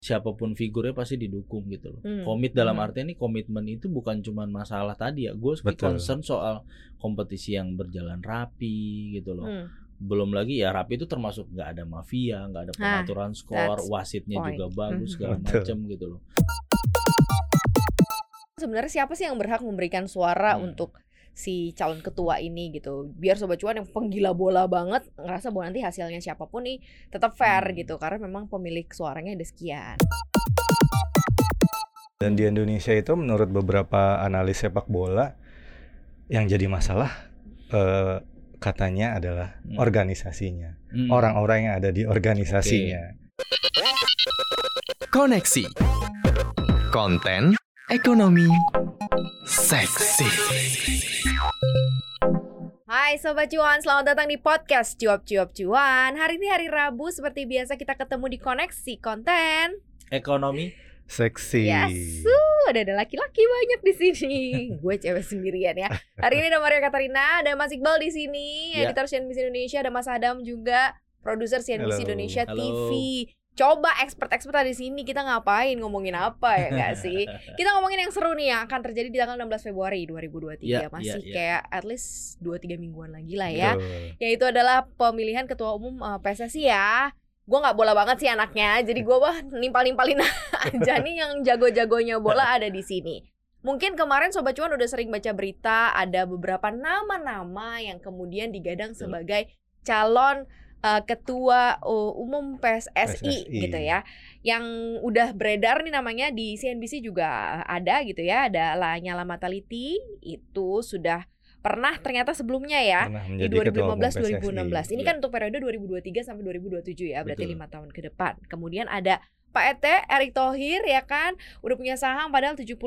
siapapun figurnya pasti didukung gitu loh. Komit dalam artian ini komitmen itu bukan cuma masalah tadi ya. Gue concern soal kompetisi yang berjalan rapi gitu loh. Belum lagi ya rapi itu termasuk nggak ada mafia, nggak ada pengaturan skor, wasitnya juga bagus segala macam gitu loh. Sebenarnya siapa sih yang berhak memberikan suara untuk si calon ketua ini gitu, biar Sobat Cuan yang penggila bola banget ngerasa bahwa nanti hasilnya siapapun nih tetap fair gitu, karena memang pemilik suaranya ada sekian. Dan di Indonesia itu menurut beberapa analis sepak bola yang jadi masalah katanya adalah organisasinya, orang-orang yang ada di organisasinya. Koneksi konten ekonomi seksi. Hai Sobat Cuan, selamat datang di podcast Cuap-Cuap Cuan. Hari ini hari Rabu, seperti biasa kita ketemu di Koneksi Konten Ekonomi Seksi. Yes, ada laki-laki banyak di sini. Gue cewek sendirian ya. Hari ini ada Maria Katarina, ada Mas Iqbal di sini, editor CNBC Indonesia, ada Mas Adam juga, produser CNBC Indonesia TV. Coba expert-expert ada di sini, kita ngapain, ngomongin apa ya gak sih? Kita ngomongin yang seru nih yang akan terjadi di tanggal 16 Februari 2023. Masih kayak at least 2-3 mingguan lagi lah ya. Yaitu adalah pemilihan ketua umum PSSI ya. Gue gak bola banget sih anaknya, jadi gue nimpal-nimpalin aja nih yang jago-jagonya bola ada di sini. Mungkin kemarin Sobat Cuan udah sering baca berita, ada beberapa nama-nama yang kemudian digadang sebagai calon ketua umum PSSI gitu ya, yang udah beredar nih namanya di CNBC juga ada gitu ya. Ada Lanyala Mataliti, itu sudah pernah ternyata sebelumnya ya di 2015-2016. Ini kan untuk periode 2023 sampai 2027 ya, berarti 5 tahun ke depan. Kemudian ada Pak Erick Thohir ya kan, udah punya saham padahal 70%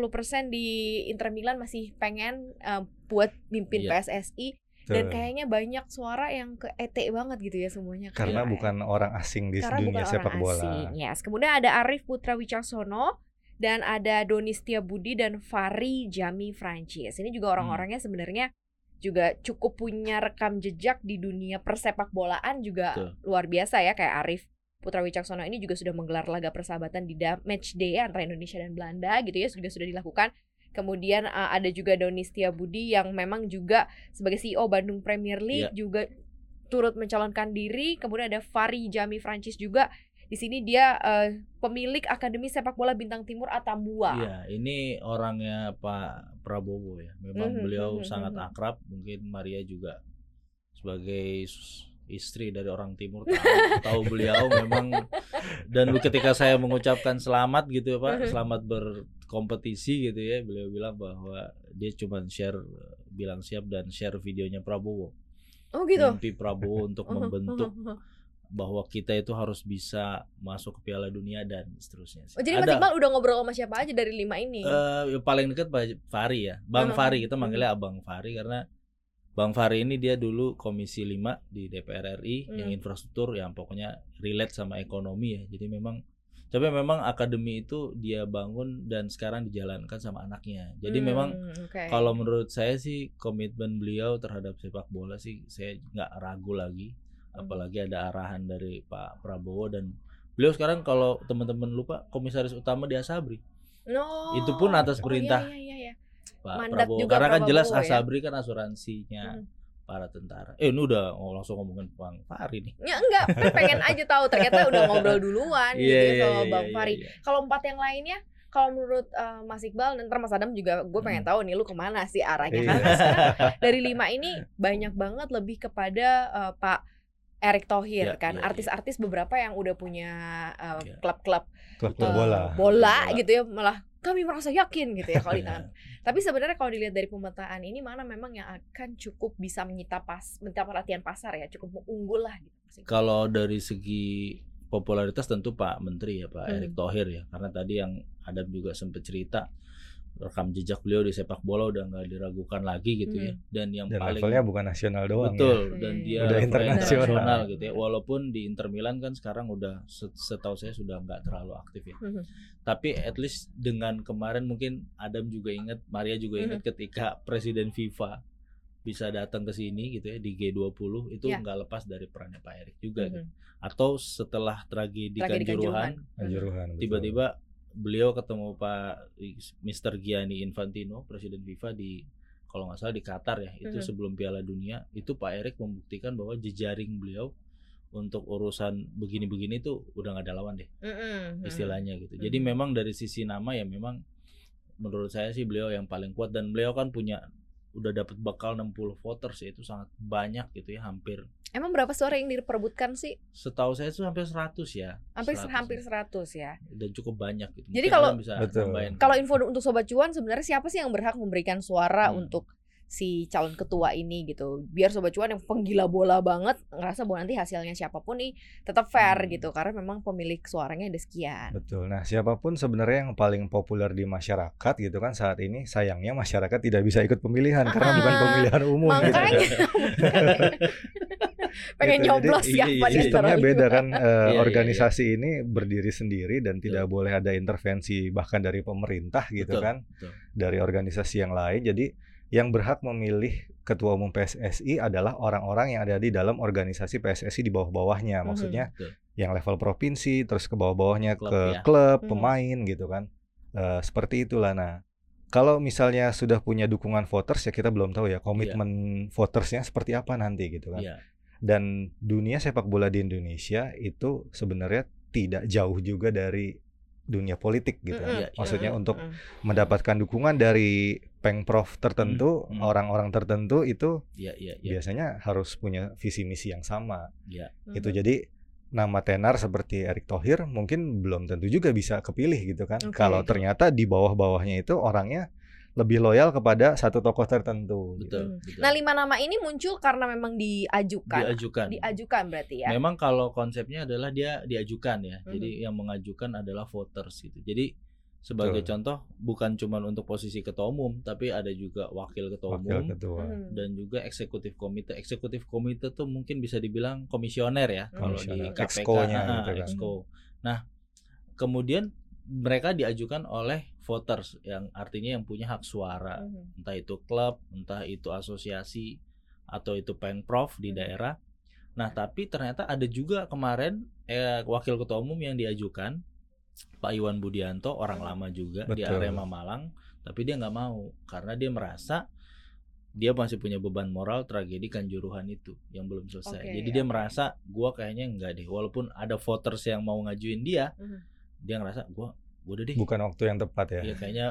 di Inter Milan, masih pengen buat mimpin PSSI. Dan kayaknya banyak suara yang ke ET banget gitu ya semuanya. Karena bukan orang asing di dunia sepak bola. Yes. Kemudian ada Arief Putra Wicaksono, dan ada Doni Setiabudi dan Fahri Jami Francis. Ini juga orang-orangnya sebenarnya juga cukup punya rekam jejak di dunia persepak bolaan juga luar biasa ya. Kayak Arief Putra Wicaksono ini juga sudah menggelar laga persahabatan di match day antara Indonesia dan Belanda gitu ya, juga sudah dilakukan. Kemudian ada juga Doni Setiabudi yang memang juga sebagai CEO Bandung Premier League juga turut mencalonkan diri. Kemudian ada Fahri Jami Francis juga. Di sini dia pemilik Akademi Sepak Bola Bintang Timur Atambua. Iya, ini orangnya Pak Prabowo ya. Memang beliau sangat akrab. Mungkin Maria juga sebagai istri dari orang timur tahu beliau memang. Dan ketika saya mengucapkan selamat gitu ya Pak, selamat berkompetisi gitu ya, beliau bilang bahwa dia cuma bilang siap dan share videonya Prabowo. Oh gitu. Mimpi Prabowo untuk membentuk bahwa kita itu harus bisa masuk ke Piala Dunia dan seterusnya. Oh, jadi Mas Iqbal udah ngobrol sama siapa aja dari 5 ini? Paling dekat Pak Fahri ya, Bang Fahri, kita manggilnya Abang Fahri karena Bang Fahri ini dia dulu Komisi 5 di DPR RI yang infrastruktur, yang pokoknya relate sama ekonomi ya. Jadi memang akademi itu dia bangun dan sekarang dijalankan sama anaknya. Jadi memang kalau menurut saya sih komitmen beliau terhadap sepak bola sih saya nggak ragu lagi. Apalagi ada arahan dari Pak Prabowo, dan beliau sekarang kalau teman-teman lupa komisaris utama di Asabri. Itu pun atas perintah Pak Mandat Prabowo, juga karena kan jelas ya? Asabri kan asuransinya para tentara. Ini udah langsung ngomongin Bang Fahri nih. Ya enggak, kan pengen aja tahu, ternyata udah ngobrol duluan gitu sama Bang Fahri. Kalau 4 yang lainnya, kalau menurut Mas Iqbal dan Mas Adam juga, gue pengen tahu nih lu kemana sih arahnya. Karena sekarang dari 5 ini banyak banget lebih kepada Pak Erick Thohir kan, artis-artis beberapa yang udah punya klub-klub bola gitu ya, malah kami merasa yakin gitu ya kalau ditanya. Tapi sebenarnya kalau dilihat dari pemetaan ini, mana memang yang akan cukup bisa menyita perhatian pasar ya, cukup unggul lah gitu. Kalau dari segi popularitas tentu Pak Menteri ya, Pak Erick Thohir ya, karena tadi yang Adam juga sempat cerita rekam jejak beliau di sepak bola udah nggak diragukan lagi gitu ya, dan paling levelnya bukan nasional doang dan dia udah internasional gitu ya, walaupun di Inter Milan kan sekarang udah setahu saya sudah nggak terlalu aktif ya. Tapi at least dengan kemarin mungkin Adam juga ingat, Maria juga ingat ketika Presiden FIFA bisa datang ke sini gitu ya di G20 itu Ya. nggak lepas dari perannya Pak Erick juga gitu. Mhm. Atau setelah tragedi Tragedi Kanjuruhan Kanjuruhan, betul. tiba-tiba beliau ketemu Pak Mr. Gianni Infantino, Presiden FIFA di kalau nggak salah di Qatar ya, itu sebelum Piala Dunia, itu Pak Erick membuktikan bahwa jejaring beliau untuk urusan begini-begini tuh udah nggak ada lawan deh, istilahnya gitu. Jadi memang dari sisi nama ya memang menurut saya sih beliau yang paling kuat, dan beliau kan udah dapat bekal 60 voters ya, itu sangat banyak gitu ya, hampir. Emang berapa suara yang diperebutkan sih? Setahu saya itu hampir 100 ya. Hampir 100 ya. Dan cukup banyak gitu. Jadi Mungkin kalau bisa betul. nambahin. Kalau info untuk Sobat Cuan, sebenarnya siapa sih yang berhak memberikan suara untuk si calon ketua ini gitu, biar Sobat Cuan yang penggila bola banget ngerasa bahwa nanti hasilnya siapapun nih tetap fair gitu, karena memang pemilik suaranya ada sekian. Betul. Nah, siapapun sebenarnya yang paling populer di masyarakat gitu kan saat ini, sayangnya masyarakat tidak bisa ikut pemilihan karena bukan pemilihan umum. Makanya gitu. pengen Gitu, nyoblos jadi, siapa di antara Sistemnya lima. beda kan, Iya, organisasi ini berdiri sendiri dan tidak boleh ada intervensi bahkan dari pemerintah gitu Betul, kan, betul. dari organisasi yang lain. Jadi yang berhak memilih ketua umum PSSI adalah orang-orang yang ada di dalam organisasi PSSI di bawah-bawahnya. Maksudnya Betul. yang level provinsi, terus ke bawah-bawahnya Klub ke ya. klub, pemain gitu kan. Seperti itulah. Nah, kalau misalnya sudah punya dukungan voters ya kita belum tahu ya komitmen votersnya seperti apa nanti gitu kan. Iya. Dan dunia sepak bola di Indonesia itu sebenarnya tidak jauh juga dari dunia politik gitu. Maksudnya untuk mendapatkan dukungan dari pengprov tertentu, orang-orang tertentu itu biasanya harus punya visi misi yang sama. Itu jadi nama tenar seperti Erick Thohir mungkin belum tentu juga bisa kepilih gitu kan. Kalau ternyata di bawah-bawahnya itu orangnya lebih loyal kepada satu tokoh tertentu. Betul, Gitu. betul. Nah, 5 nama ini muncul karena memang diajukan. Diajukan berarti ya. Memang kalau konsepnya adalah dia diajukan ya. Jadi yang mengajukan adalah voters gitu. Jadi sebagai contoh bukan cuma untuk posisi ketua umum, tapi ada juga wakil ketua umum dan juga eksekutif komite. Eksekutif komite tuh mungkin bisa dibilang komisioner ya kalau di KPK. Exco-nya gitu kan. Exco. Nah, kemudian mereka diajukan oleh voters yang artinya yang punya hak suara, entah itu klub, entah itu asosiasi atau itu pengprov di daerah. Nah, tapi ternyata ada juga kemarin wakil ketua umum yang diajukan, Pak Iwan Budianto, orang lama juga di Arema Malang, tapi dia nggak mau karena dia merasa dia masih punya beban moral tragedi Kanjuruhan itu yang belum selesai. Jadi dia merasa gua kayaknya enggak deh, walaupun ada voters yang mau ngajuin dia, dia ngerasa gua udah deh, bukan waktu yang tepat ya. Iya, kayaknya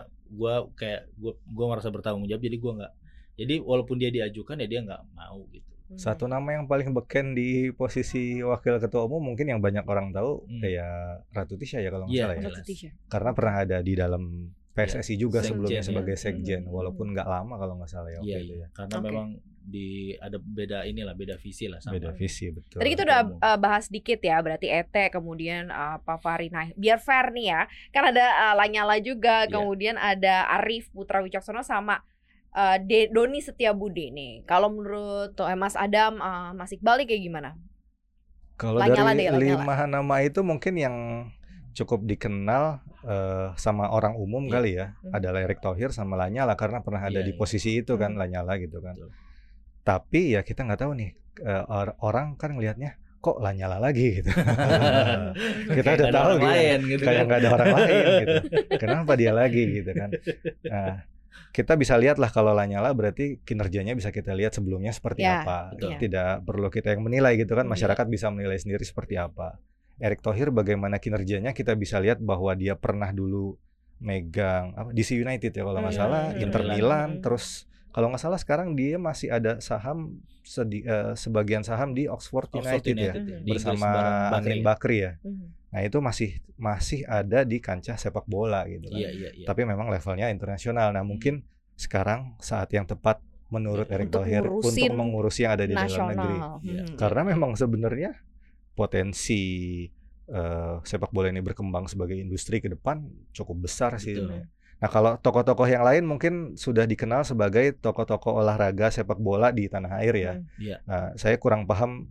gua merasa bertanggung jawab, jadi gua nggak. Jadi walaupun dia diajukan ya dia nggak mau gitu. Satu nama yang paling beken di posisi wakil ketua umum mungkin yang banyak orang tahu kayak Ratu Tisha ya kalau nggak salah ya. Karena pernah ada di dalam PSSI juga sebelumnya sebagai sekjen, walaupun nggak lama kalau nggak salah ya waktu itu ya. Karena memang ada beda visi lah sama. Beda visi, betul. Tadi kita udah bahas dikit ya, berarti Ete, kemudian Pak Fahri. Nah, biar fair nih ya, kan ada Lanyala juga, kemudian ada Arief Putra Wicaksono sama Doni Setiabudi nih. Kalau menurut Mas Adam, Mas Iqbal nih kayak gimana? Kalau dari 5 nama itu mungkin yang cukup dikenal sama orang umum kali ya, adalah Erick Thohir sama Lanyala karena pernah ada di posisi itu kan, Lanyala gitu kan. Tapi ya kita nggak tahu nih, orang kan ngelihatnya kok Lanyala lagi gitu. Kita udah tahu gitu, kayak nggak ada orang lain gitu. Kenapa dia lagi gitu kan? Nah, kita bisa lihat lah kalau Lanyala berarti kinerjanya bisa kita lihat sebelumnya seperti apa. Tidak perlu kita yang menilai gitu kan, masyarakat bisa menilai sendiri seperti apa. Erick Thohir bagaimana kinerjanya kita bisa lihat bahwa dia pernah dulu megang DC United ya kalau nggak salah, Inter Milan, terus kalau nggak salah sekarang dia masih ada saham sebagian saham di Oxford United ya bersama Anin Bakri ya. Nah itu masih ada di kancah sepak bola gitu kan. Tapi memang levelnya internasional. Nah mungkin sekarang saat yang tepat menurut Erick Thohir untuk mengurusi yang ada di dalam negeri. Karena memang sebenarnya potensi sepak bola ini berkembang sebagai industri ke depan cukup besar sih. Nah kalau tokoh-tokoh yang lain mungkin sudah dikenal sebagai tokoh-tokoh olahraga sepak bola di tanah air ya. Nah, saya kurang paham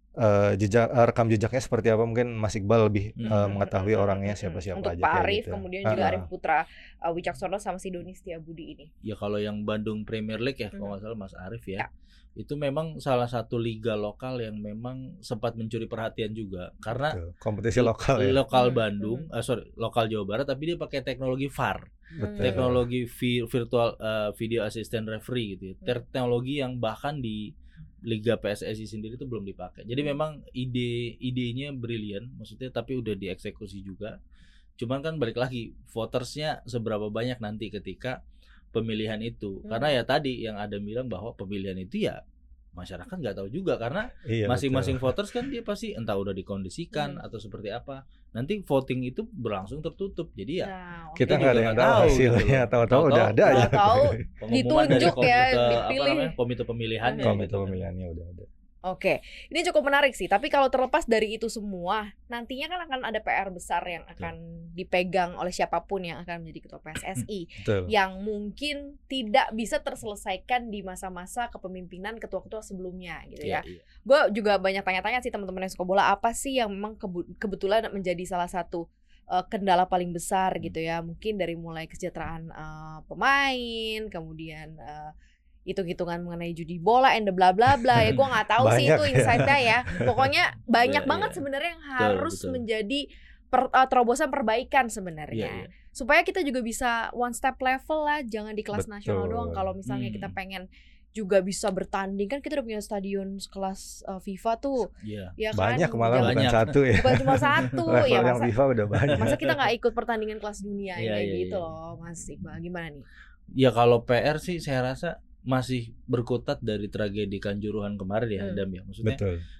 rekam jejaknya seperti apa, mungkin Mas Iqbal lebih mengetahui orangnya siapa-siapa untuk aja Pak kayak Arif, gitu. kemudian juga Arif Putra Wicaksono sama si Doni Setiabudi ini. Ya kalau yang Bandung Premier League ya, kalau nggak salah Mas Arif ya, itu memang salah satu liga lokal yang memang sempat mencuri perhatian juga karena Betul. Kompetisi lokal ya. Lokal Bandung, lokal Jawa Barat, tapi dia pakai teknologi VAR, teknologi virtual video assistant referee gitu ya. Teknologi yang bahkan di Liga PSSI sendiri itu belum dipakai. Jadi memang idenya brilian, maksudnya, tapi udah dieksekusi juga. Cuman kan balik lagi, votersnya seberapa banyak nanti ketika pemilihan itu. Karena ya tadi yang ada bilang bahwa pemilihan itu ya masyarakat nggak tahu juga karena masing-masing voters kan dia pasti entah udah dikondisikan atau seperti apa. Nanti voting itu berlangsung tertutup. Jadi ya kita nggak ada yang tahu hasilnya, tahu-tahu udah ada aja. Tahu ditunjuk ya, dipilih komite pemilihannya. Komite pemilihannya udah ada. Oke, ini cukup menarik sih. Tapi kalau terlepas dari itu semua, nantinya kan akan ada PR besar yang akan dipegang oleh siapapun yang akan menjadi ketua PSSI, yang mungkin tidak bisa terselesaikan di masa-masa kepemimpinan ketua-ketua sebelumnya, gitu ya. Gue juga banyak tanya-tanya sih teman-teman yang suka bola, apa sih yang memang kebetulan menjadi salah satu kendala paling besar gitu ya. Mungkin dari mulai kesejahteraan pemain, kemudian hitung-hitungan mengenai judi bola and bla bla bla ya, gue nggak tahu sih itu insight-nya ya. Pokoknya banyak banget sebenarnya yang harus menjadi terobosan perbaikan sebenarnya, supaya kita juga bisa one step level lah, jangan di kelas nasional doang. Kalau misalnya kita pengen juga bisa bertanding, kan kita udah punya stadion sekelas FIFA tuh, ya kan? Banyak malah, bukan satu ya. Bukan cuma satu ya, yang FIFA udah banyak. Masa kita nggak ikut pertandingan kelas dunia kayak gitu loh, Mas Iqbal, gimana nih? Ya kalau PR sih saya rasa masih berkutat dari tragedi Kanjuruhan kemarin ya, Adam ya. Maksudnya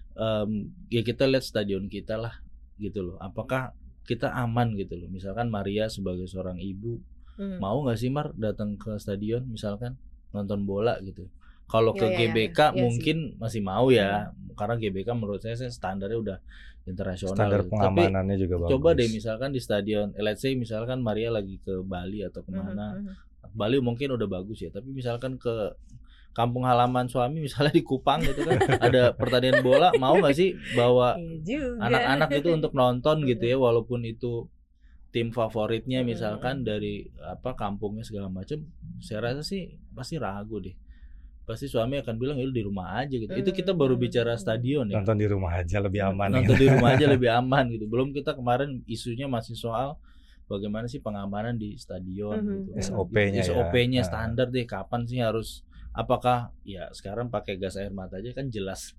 ya kita lihat stadion kita lah gitu loh. Apakah kita aman gitu loh. Misalkan Maria sebagai seorang ibu mau nggak sih Mar datang ke stadion misalkan nonton bola gitu. Kalau ke GBK mungkin masih mau ya, karena GBK menurut saya standarnya udah internasional. Standar gitu. pengamanannya tapi juga bagus. Coba deh misalkan di stadion, let's say misalkan Maria lagi ke Bali atau kemana. Bali mungkin udah bagus ya, tapi misalkan ke kampung halaman suami misalnya di Kupang gitu kan ada pertandingan bola, mau nggak sih bawa anak-anak itu untuk nonton gitu ya, walaupun itu tim favoritnya misalkan dari kampungnya segala macam. Saya rasa sih pasti ragu deh, pasti suami akan bilang ya di rumah aja gitu. Itu kita baru bicara stadion ya, nonton di rumah aja lebih aman. Nonton di rumah aja lebih aman gitu. Belum kita kemarin isunya masih soal bagaimana sih pengamanan di stadion gitu. SOP-nya standar deh, kapan sih harus, apakah ya sekarang pakai gas air mata aja kan jelas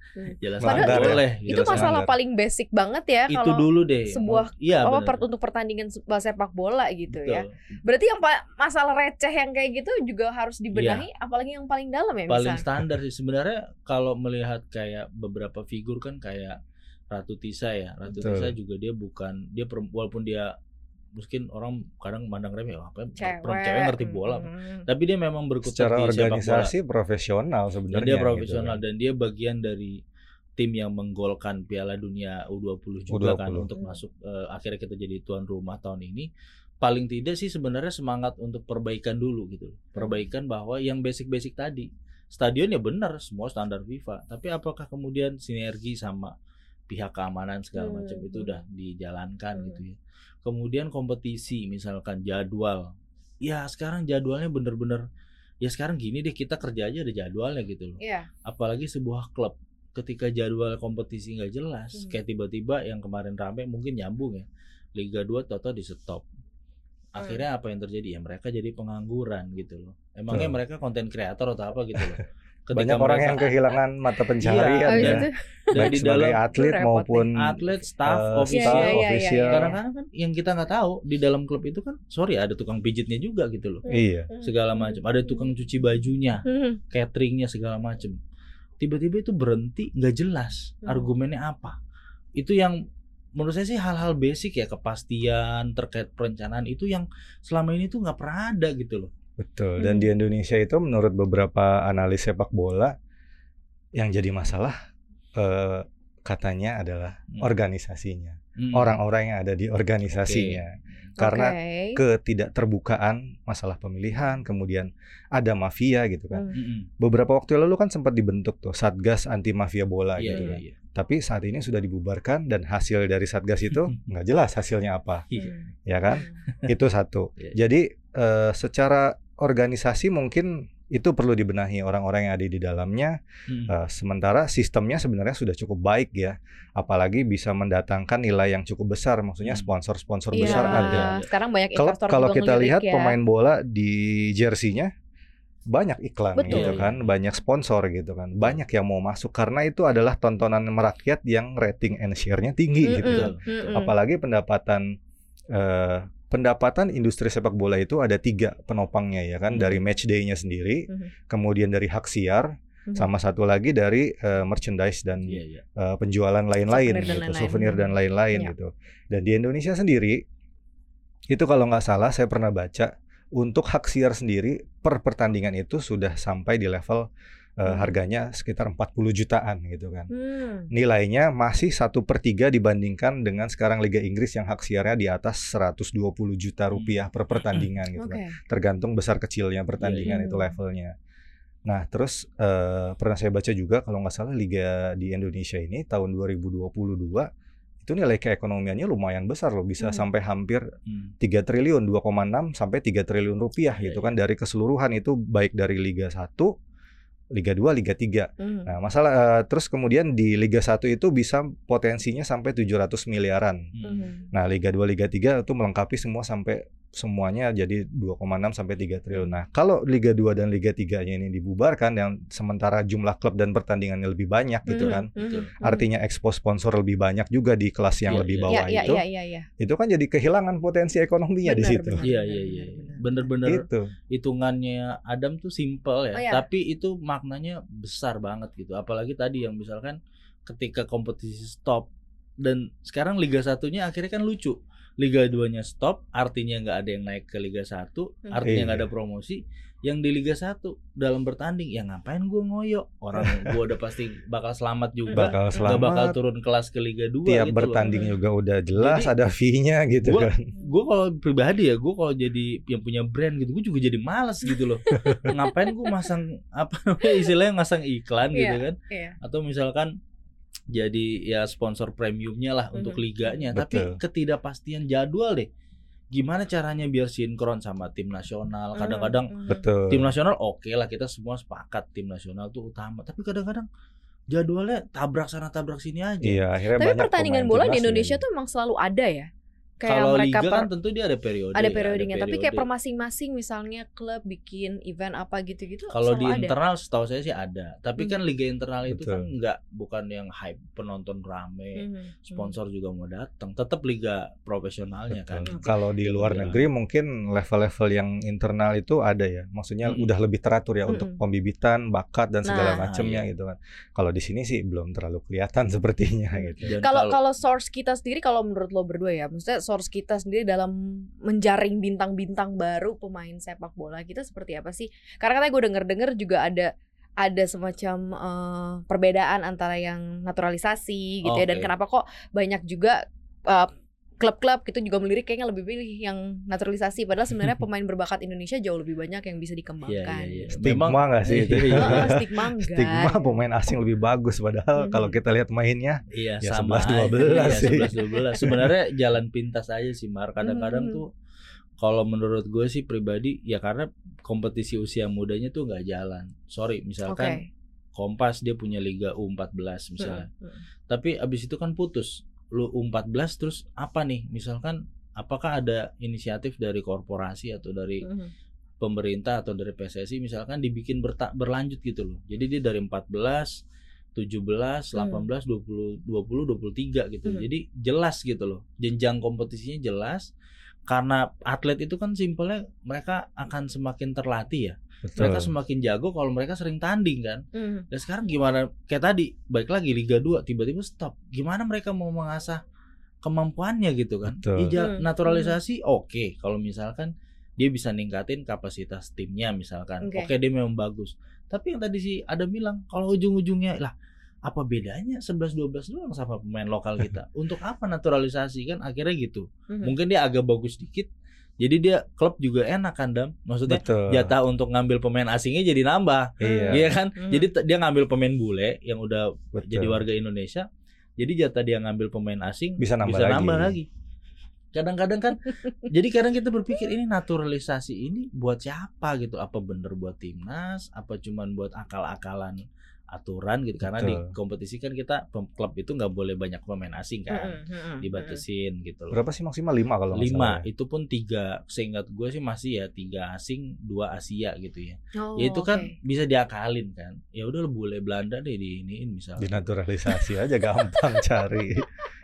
boleh. Itu masalah paling basic banget ya itu kalau dulu deh sebuah untuk pertandingan sepak bola gitu. Betul. Ya. Berarti yang masalah receh yang kayak gitu juga harus dibenahi, apalagi yang paling dalam ya. Paling standar sih sebenarnya kalau melihat kayak beberapa figur kan kayak Ratu Tisa ya. Ratu Tisa juga dia walaupun dia mungkin orang kadang mandang remeh, cewek ngerti bola, tapi dia memang berkutat secara di sepak bola. organisasi profesional sebenarnya. Dia profesional gitu, dan dia bagian dari tim yang menggolkan Piala Dunia U20 juga kan untuk masuk. Akhirnya kita jadi tuan rumah tahun ini. Paling tidak sih sebenarnya semangat untuk perbaikan dulu gitu, perbaikan bahwa yang basic-basic tadi, stadion ya benar semua standar FIFA, tapi apakah kemudian sinergi sama pihak keamanan segala macam itu udah dijalankan gitu ya. Kemudian kompetisi misalkan jadwal. Ya sekarang jadwalnya bener-bener ya sekarang gini deh, kita kerja aja ada jadwalnya gitu loh. Apalagi sebuah klub ketika jadwal kompetisi nggak jelas, kayak tiba-tiba yang kemarin rame mungkin nyambung ya. Liga 2 toto di stop. Akhirnya apa yang terjadi? Ya mereka jadi pengangguran gitu loh. Emangnya mereka konten kreator atau apa gitu loh. Banyak orang yang kehilangan mata pencaharian dan di dalam atlet maupun staff, official. Kadang-kadang kan yang kita nggak tahu di dalam klub itu kan, ada tukang pijitnya juga gitu loh. Segala macam. Ada tukang cuci bajunya, cateringnya segala macam. Tiba-tiba itu berhenti, nggak jelas argumennya apa. Itu yang menurut saya sih hal-hal basic ya, kepastian terkait perencanaan itu yang selama ini tuh nggak pernah ada gitu loh. Betul, dan di Indonesia itu menurut beberapa analis sepak bola yang jadi masalah katanya adalah organisasinya, orang-orang yang ada di organisasinya. karena ketidakterbukaan masalah pemilihan, kemudian ada mafia gitu kan. Beberapa waktu lalu kan sempat dibentuk tuh Satgas Anti Mafia Bola gitu kan. Tapi saat ini sudah dibubarkan dan hasil dari Satgas itu nggak jelas hasilnya apa, ya kan? Itu satu. Jadi secara organisasi mungkin itu perlu dibenahi orang-orang yang ada di dalamnya. Sementara sistemnya sebenarnya sudah cukup baik ya, apalagi bisa mendatangkan nilai yang cukup besar. Maksudnya sponsor-sponsor besar ada. Sekarang banyak investor kalau kita lihat ya. pemain bola di jersey-nya banyak iklan gitu kan, banyak sponsor gitu kan, banyak yang mau masuk karena itu adalah tontonan merakyat yang rating and share-nya tinggi gitu kan. Apalagi pendapatan industri sepak bola itu ada 3 penopangnya ya kan, dari match day-nya sendiri, kemudian dari hak siar, sama satu lagi dari merchandise dan penjualan lain-lain, souvenir dan lain-lain gitu. Dan di Indonesia sendiri itu kalau nggak salah saya pernah baca, untuk hak siar sendiri per pertandingan itu sudah sampai di level harganya sekitar 40 jutaan gitu kan. Nilainya masih 1/3 dibandingkan dengan sekarang Liga Inggris yang hak siarnya di atas 120 juta rupiah per pertandingan gitu kan. Tergantung besar kecilnya pertandingan itu levelnya. Nah terus pernah saya baca juga kalau nggak salah Liga di Indonesia ini tahun 2022 itu nilai keekonomiannya lumayan besar loh, bisa sampai hampir 3 triliun, 2,6 sampai 3 triliun rupiah gitu kan, dari keseluruhan itu baik dari Liga 1, Liga 2, Liga 3. Nah, masalah terus kemudian di Liga 1 itu bisa potensinya sampai 700 miliaran. Nah, Liga 2, Liga 3 itu melengkapi semuanya jadi 2,6 sampai 3 triliun. Nah, kalau Liga 2 dan Liga 3-nya ini dibubarkan yang sementara jumlah klub dan pertandingannya lebih banyak gitu kan. Artinya ekspos sponsor lebih banyak juga di kelas yang lebih bawah itu. Itu kan jadi kehilangan potensi ekonominya di situ. Iya. Bener-bener hitungannya Adam tuh simple ya, tapi itu maknanya besar banget gitu. Apalagi tadi yang misalkan ketika kompetisi stop dan sekarang Liga 1-nya akhirnya kan lucu. Liga 2-nya stop, artinya nggak ada yang naik ke Liga 1, artinya nggak ada promosi. Yang di Liga 1 dalam bertanding, ya ngapain gue ngoyo? Orang gue udah pasti bakal selamat juga, nggak bakal turun kelas ke Liga 2 tiap gitu bertanding loh. Juga udah jelas jadi, ada fee-nya gitu kan. Gue kalau pribadi ya, gue kalau jadi yang punya brand gitu, gue juga jadi malas gitu loh. Ngapain gue masang istilahnya masang iklan gitu kan? Atau misalkan jadi ya sponsor premiumnya lah untuk liganya. Tapi ketidakpastian jadwal deh, gimana caranya biar sinkron sama tim nasional. Kadang-kadang tim nasional oke lah, kita semua sepakat tim nasional tuh utama, tapi kadang-kadang jadwalnya tabrak sana tabrak sini aja. Iya, tapi pertandingan bola di Indonesia tuh emang selalu ada ya. Kalau liga kan tentu dia ada periode. Ada periodenya, tapi kayak per masing-masing misalnya klub bikin event apa gitu-gitu. Kalau di internal setahu saya sih ada. Tapi kan liga internal itu kan bukan yang hype, penonton rame, sponsor juga mau datang. Tetap liga profesionalnya kan. Kalau di luar negeri mungkin level-level yang internal itu ada ya. Maksudnya udah lebih teratur ya untuk pembibitan, bakat dan segala macamnya gitu kan. Kalau di sini sih belum terlalu kelihatan sepertinya gitu. Kalau source kita sendiri, kalau menurut lo berdua ya, maksudnya source kita sendiri dalam menjaring bintang-bintang baru pemain sepak bola kita seperti apa sih? Karena katanya gue denger juga ada semacam perbedaan antara yang naturalisasi gitu ya, dan kenapa kok banyak juga klub-klub gitu juga melirik kayaknya lebih pilih yang naturalisasi, padahal sebenarnya pemain berbakat Indonesia jauh lebih banyak yang bisa dikembangkan. Stigma nggak sih itu? Stigma enggak. Stigma pemain asing lebih bagus, padahal kalau kita lihat mainnya ya sama 11-12 sih. 11-12. Sebenarnya jalan pintas aja sih, Mar. Kadang-kadang tuh kalau menurut gue sih pribadi ya karena kompetisi usia mudanya tuh nggak jalan. Sorry, misalkan Kompas dia punya Liga U14 misalnya. Tapi abis itu kan putus. Lu U14 terus apa nih? Misalkan apakah ada inisiatif dari korporasi atau dari pemerintah atau dari PSSI misalkan dibikin berlanjut gitu loh. Jadi dia dari 14, 17, 18, 20, 23 gitu. Jadi jelas gitu loh. Jenjang kompetisinya jelas. Karena atlet itu kan simpelnya mereka akan semakin terlatih ya. Betul. Mereka semakin jago kalau mereka sering tanding kan. Dan sekarang gimana, kayak tadi balik lagi Liga 2 tiba-tiba stop. Gimana mereka mau mengasah kemampuannya gitu kan. Naturalisasi oke, kalau misalkan dia bisa ningkatin kapasitas timnya misalkan. Oke, dia memang bagus. Tapi yang tadi si Adam bilang, kalau ujung-ujungnya lah apa bedanya 11-12 doang sama pemain lokal kita? Untuk apa naturalisasi kan akhirnya gitu. Mungkin dia agak bagus dikit. Jadi dia klub juga enak kan Dam. Maksudnya jatah untuk ngambil pemain asingnya jadi nambah. Iya kan? Jadi dia ngambil pemain bule yang udah jadi warga Indonesia. Jadi jatah dia ngambil pemain asing bisa nambah lagi. Kadang-kadang kan jadi kadang kita berpikir ini naturalisasi ini buat siapa gitu? Apa bener buat timnas? Apa cuman buat akal-akalan aturan gitu, karena di kompetisi kan kita klub itu nggak boleh banyak pemain asing kan, dibatasin gitu loh. Berapa sih maksimal 5 kalau nggak salah? 5 itu pun 3, seingat gue sih masih ya 3 asing 2 Asia gitu ya. Ya itu kan bisa diakalin kan, ya udah boleh Belanda deh diiniin misalnya. Dinaturalisasi aja gampang cari.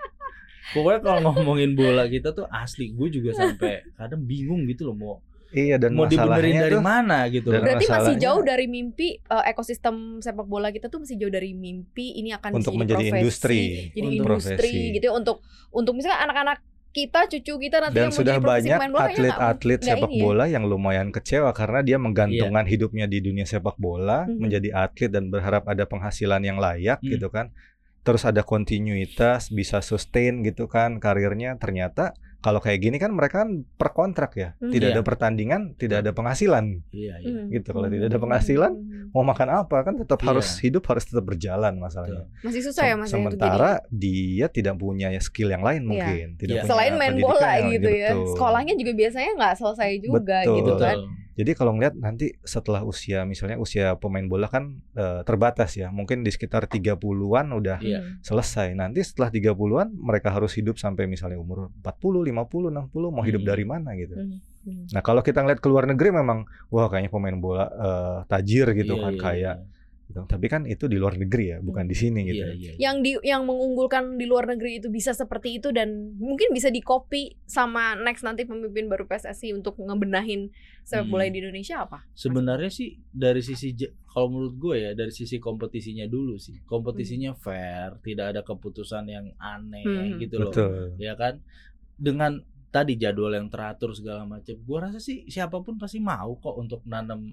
Pokoknya kalau ngomongin bola kita tuh asli gue juga sampai kadang bingung gitu loh dan mau dibenerin dari mana gitu. Berarti masih jauh dari mimpi ekosistem sepak bola kita tuh masih jauh dari mimpi ini akan untuk menjadi industri, jadi industri gitu ya, untuk misalnya anak-anak kita, cucu kita nanti dan yang sudah banyak atlet-atlet sepak bola yang lumayan kecewa karena dia menggantungkan hidupnya di dunia sepak bola, menjadi atlet dan berharap ada penghasilan yang layak gitu kan. Terus ada kontinuitas, bisa sustain gitu kan karirnya. Ternyata kalau kayak gini kan mereka kan per kontrak ya, tidak ada pertandingan, tidak ada penghasilan, gitu. Kalau tidak ada penghasilan, mau makan apa kan tetap harus hidup, harus tetap berjalan masalahnya. Masih susah ya Mas. Sementara dia tidak punya skill yang lain mungkin, tidak punya selain main bola gitu ya. Sekolahnya juga biasanya nggak selesai juga gitu kan. Jadi kalau ngeliat nanti setelah misalnya usia pemain bola kan terbatas ya. Mungkin di sekitar 30-an udah selesai. Nanti setelah 30-an mereka harus hidup sampai misalnya umur 40, 50, 60, mau hidup dari mana gitu. Nah, kalau kita ngeliat ke luar negeri memang wah kayaknya pemain bola tajir gitu kan kaya. Gitu. Tapi kan itu di luar negeri ya, bukan di sini gitu. Yang mengunggulkan di luar negeri itu bisa seperti itu dan mungkin bisa di-copy sama next nanti pemimpin baru PSSI untuk ngebenahin sepak bola di Indonesia apa? Sebenarnya sih dari sisi kalau menurut gue ya dari sisi kompetisinya dulu sih. Kompetisinya fair, tidak ada keputusan yang aneh gitu loh. Ya kan? Dengan tadi jadwal yang teratur segala macam, gua rasa sih siapapun pasti mau kok untuk nanam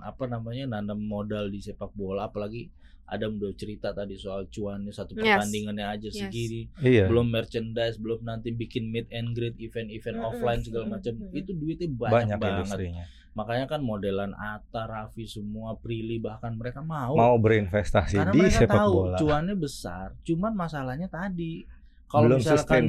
modal di sepak bola, apalagi Adam udah cerita tadi soal cuannya satu pertandingannya aja segini, belum merchandise, belum nanti bikin meet and greet, event-event offline segala macam, itu duitnya banyak banget. Makanya kan modelan Atta, Raffi semua, Prilly bahkan mereka mau berinvestasi karena di sepak bola. Cuannya besar, cuman masalahnya tadi kalau misalkan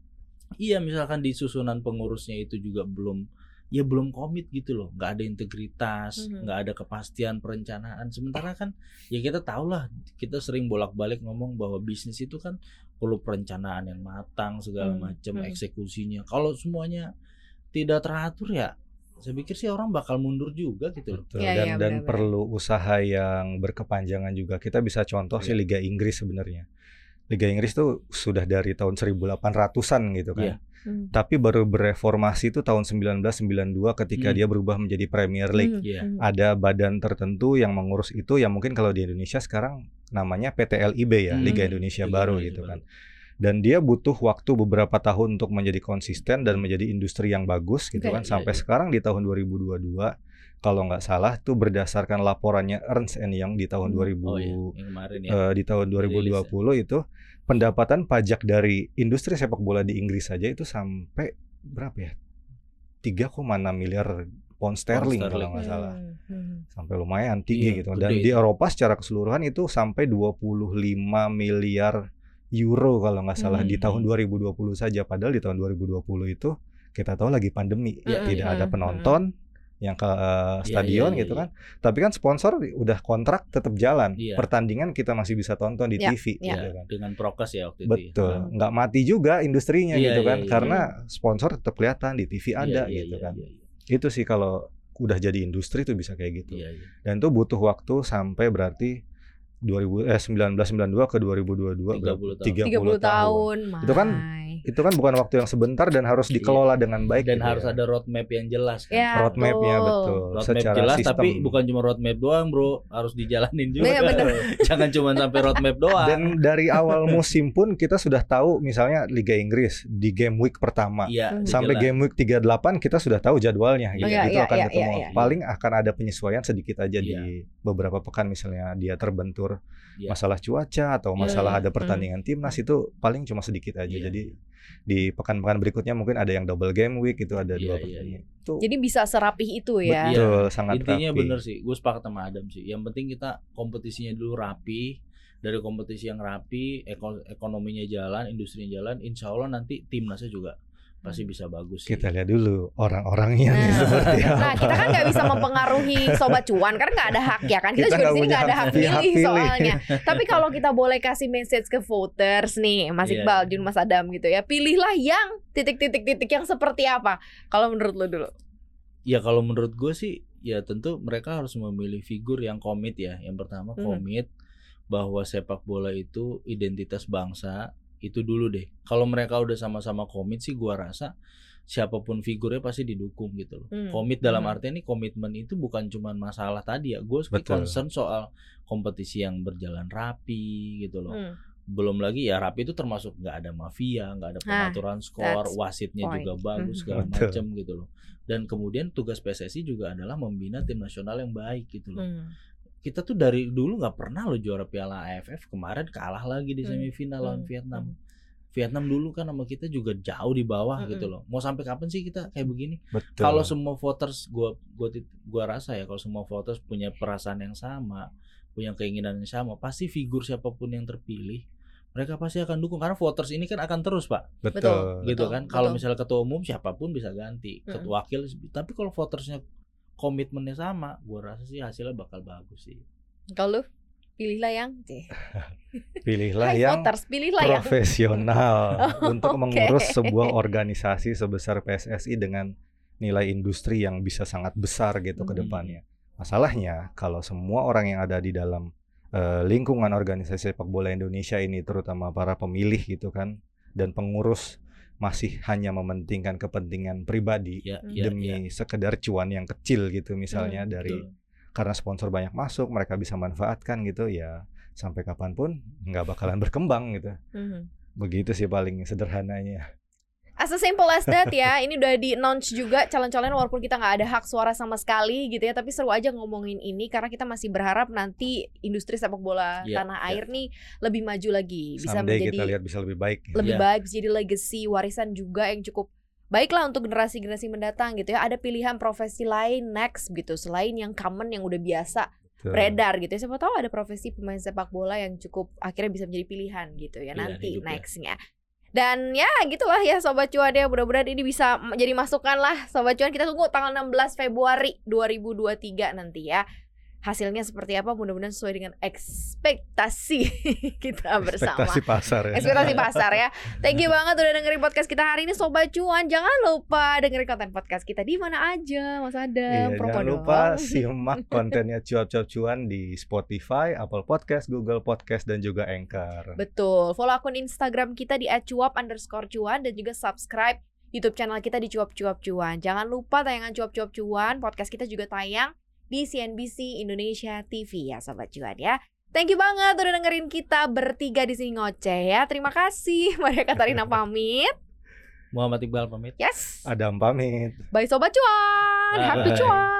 misalkan di susunan pengurusnya itu juga belum komit gitu loh, nggak ada integritas, nggak ada kepastian perencanaan. Sementara kan ya kita tahu lah, kita sering bolak-balik ngomong bahwa bisnis itu kan perlu perencanaan yang matang segala macam, eksekusinya. Kalau semuanya tidak teratur ya, saya pikir sih orang bakal mundur juga gitu loh. Dan perlu usaha yang berkepanjangan juga. Kita bisa contoh sih Liga Inggris sebenarnya. Liga Inggris tuh sudah dari tahun 1800-an gitu kan. Tapi baru bereformasi itu tahun 1992 ketika dia berubah menjadi Premier League. Ada badan tertentu yang mengurus itu yang mungkin kalau di Indonesia sekarang namanya PT LIB ya, Liga Indonesia Baru gitu kan. Dan dia butuh waktu beberapa tahun untuk menjadi konsisten dan menjadi industri yang bagus gitu kan. Sampai sekarang di tahun 2022 kalau nggak salah itu berdasarkan laporannya Ernst & Young di tahun 2020 itu pendapatan pajak dari industri sepak bola di Inggris saja itu sampai berapa ya? 3,6 miliar pound sterling kalau nggak salah. Sampai lumayan tinggi gitu. Dan di Eropa secara keseluruhan itu sampai 25 miliar euro kalau nggak salah di tahun 2020 saja. Padahal di tahun 2020 itu kita tahu lagi pandemi, tidak ada penonton yang ke stadion gitu kan. Tapi kan sponsor udah kontrak tetap jalan. Pertandingan kita masih bisa tonton di TV gitu kan. Dengan prokes ya waktu itu. Betul. Nggak mati juga industrinya gitu kan. Karena sponsor tetap kelihatan di TV ada gitu kan. Itu sih kalau udah jadi industri tuh bisa kayak gitu. Dan itu butuh waktu sampai berarti 1992 ke 2022 30 tahun. Itu kan bukan waktu yang sebentar dan harus dikelola dengan baik dan gitu harus ada roadmap yang jelas kan. Roadmapnya betul. Roadmap jelas sistem. Tapi bukan cuma roadmap doang bro, harus dijalanin juga. Jangan cuma sampai roadmap doang. Dan dari awal musim pun kita sudah tahu misalnya Liga Inggris di game week pertama sampai game week 38 kita sudah tahu jadwalnya gitu. Itu akan ketemu. Paling akan ada penyesuaian sedikit aja di beberapa pekan misalnya dia terbentur mengatur masalah cuaca atau masalah ada pertandingan timnas itu paling cuma sedikit aja. Jadi di pekan-pekan berikutnya mungkin ada yang double game week, itu ada 2 pertandingan. Jadi bisa serapih itu ya. Betul, sangat intinya rapi. bener sih, gue sepakat sama Adam sih. Yang penting kita kompetisinya dulu rapi. Dari kompetisi yang rapi, ekonominya jalan, industrinya jalan, insya Allah nanti timnasnya juga pasti bisa bagus sih. Kita lihat dulu orang-orangnya nih seperti apa. Nah, kita kan nggak bisa mempengaruhi Sobat Cuan karena nggak ada hak ya kan. Kita juga di sini nggak ada hak pilih soalnya. Tapi kalau kita boleh kasih message ke voters nih, Mas Iqbal, Jun, Mas Adam gitu ya, pilihlah yang titik-titik yang seperti apa. Kalau menurut lo dulu? Ya kalau menurut gue sih, ya tentu mereka harus memilih figur yang komit ya. Yang pertama komit bahwa sepak bola itu identitas bangsa. Itu dulu deh. Kalau mereka udah sama-sama komit sih, gua rasa siapapun figurnya pasti didukung gitu loh. Komit dalam artian ini komitmen itu bukan cuma masalah tadi ya. Gue concern soal kompetisi yang berjalan rapi gitu loh. Belum lagi ya rapi itu termasuk nggak ada mafia, nggak ada pengaturan skor, wasitnya juga bagus segala macam gitu loh. Dan kemudian tugas PSSI juga adalah membina tim nasional yang baik gitu loh. Kita tuh dari dulu nggak pernah loh juara Piala AFF, kemarin kalah lagi di semifinal lawan Vietnam. Vietnam dulu kan sama kita juga jauh di bawah gitu loh. Mau sampai kapan sih kita kayak begini? Kalau semua voters, gua rasa ya kalau semua voters punya perasaan yang sama, punya keinginan yang sama, pasti figur siapapun yang terpilih mereka pasti akan dukung karena voters ini kan akan terus, Pak. Betul. Gitu kan. Kalau misalnya ketua umum siapapun bisa ganti, ketua wakil, tapi kalau votersnya komitmennya sama, gue rasa sih hasilnya bakal bagus sih. Kalau pilihlah yang voters, pilihlah profesional untuk mengurus sebuah organisasi sebesar PSSI dengan nilai industri yang bisa sangat besar gitu ke depannya. Masalahnya kalau semua orang yang ada di dalam lingkungan organisasi sepak bola Indonesia ini, terutama para pemilih gitu kan dan pengurus, masih hanya mementingkan kepentingan pribadi demi sekedar cuan yang kecil gitu misalnya karena sponsor banyak masuk, mereka bisa manfaatkan gitu ya, sampai kapanpun nggak bakalan berkembang gitu. Begitu sih paling sederhananya. As simple as that ya. Ini udah di-announce juga calon-calon walaupun kita nggak ada hak suara sama sekali gitu ya. Tapi seru aja ngomongin ini karena kita masih berharap nanti industri sepak bola tanah air nih lebih maju lagi. Bisa someday menjadi kita lihat bisa lebih baik. Lebih baik, bisa jadi legacy, warisan juga yang cukup baiklah untuk generasi-generasi mendatang gitu ya. Ada pilihan profesi lain next gitu selain yang common yang udah biasa beredar gitu ya. Siapa tahu ada profesi pemain sepak bola yang cukup akhirnya bisa menjadi pilihan gitu ya nanti nextnya. Dan ya gitulah ya Sobat Cuan ya, mudah-mudahan ini bisa jadi masukan lah Sobat Cuan. Kita tunggu tanggal 16 Februari 2023 nanti ya. Hasilnya seperti apa, mudah-mudahan sesuai dengan ekspektasi kita bersama. Ekspektasi pasar ya. Ekspektasi pasar ya. Thank you banget udah dengerin podcast kita hari ini Sobat Cuan. Jangan lupa dengerin konten podcast kita di mana aja Mas Adam. Jangan lupa simak kontennya Cuap-Cuap Cuan di Spotify, Apple Podcast, Google Podcast, dan juga Anchor. Betul. Follow akun Instagram kita di @cuap_cuan dan juga subscribe YouTube channel kita di Cuap-Cuap Cuan. Jangan lupa tayangan Cuap-Cuap Cuan, podcast kita juga tayang di CNBC Indonesia TV ya Sobat Cuan ya. Thank you banget udah dengerin kita bertiga di sini ngoceh ya. Terima kasih. Maria Katarina pamit. Muhammad Iqbal pamit. Yes. Adam pamit. Bye Sobat Cuan. Happy Cuan.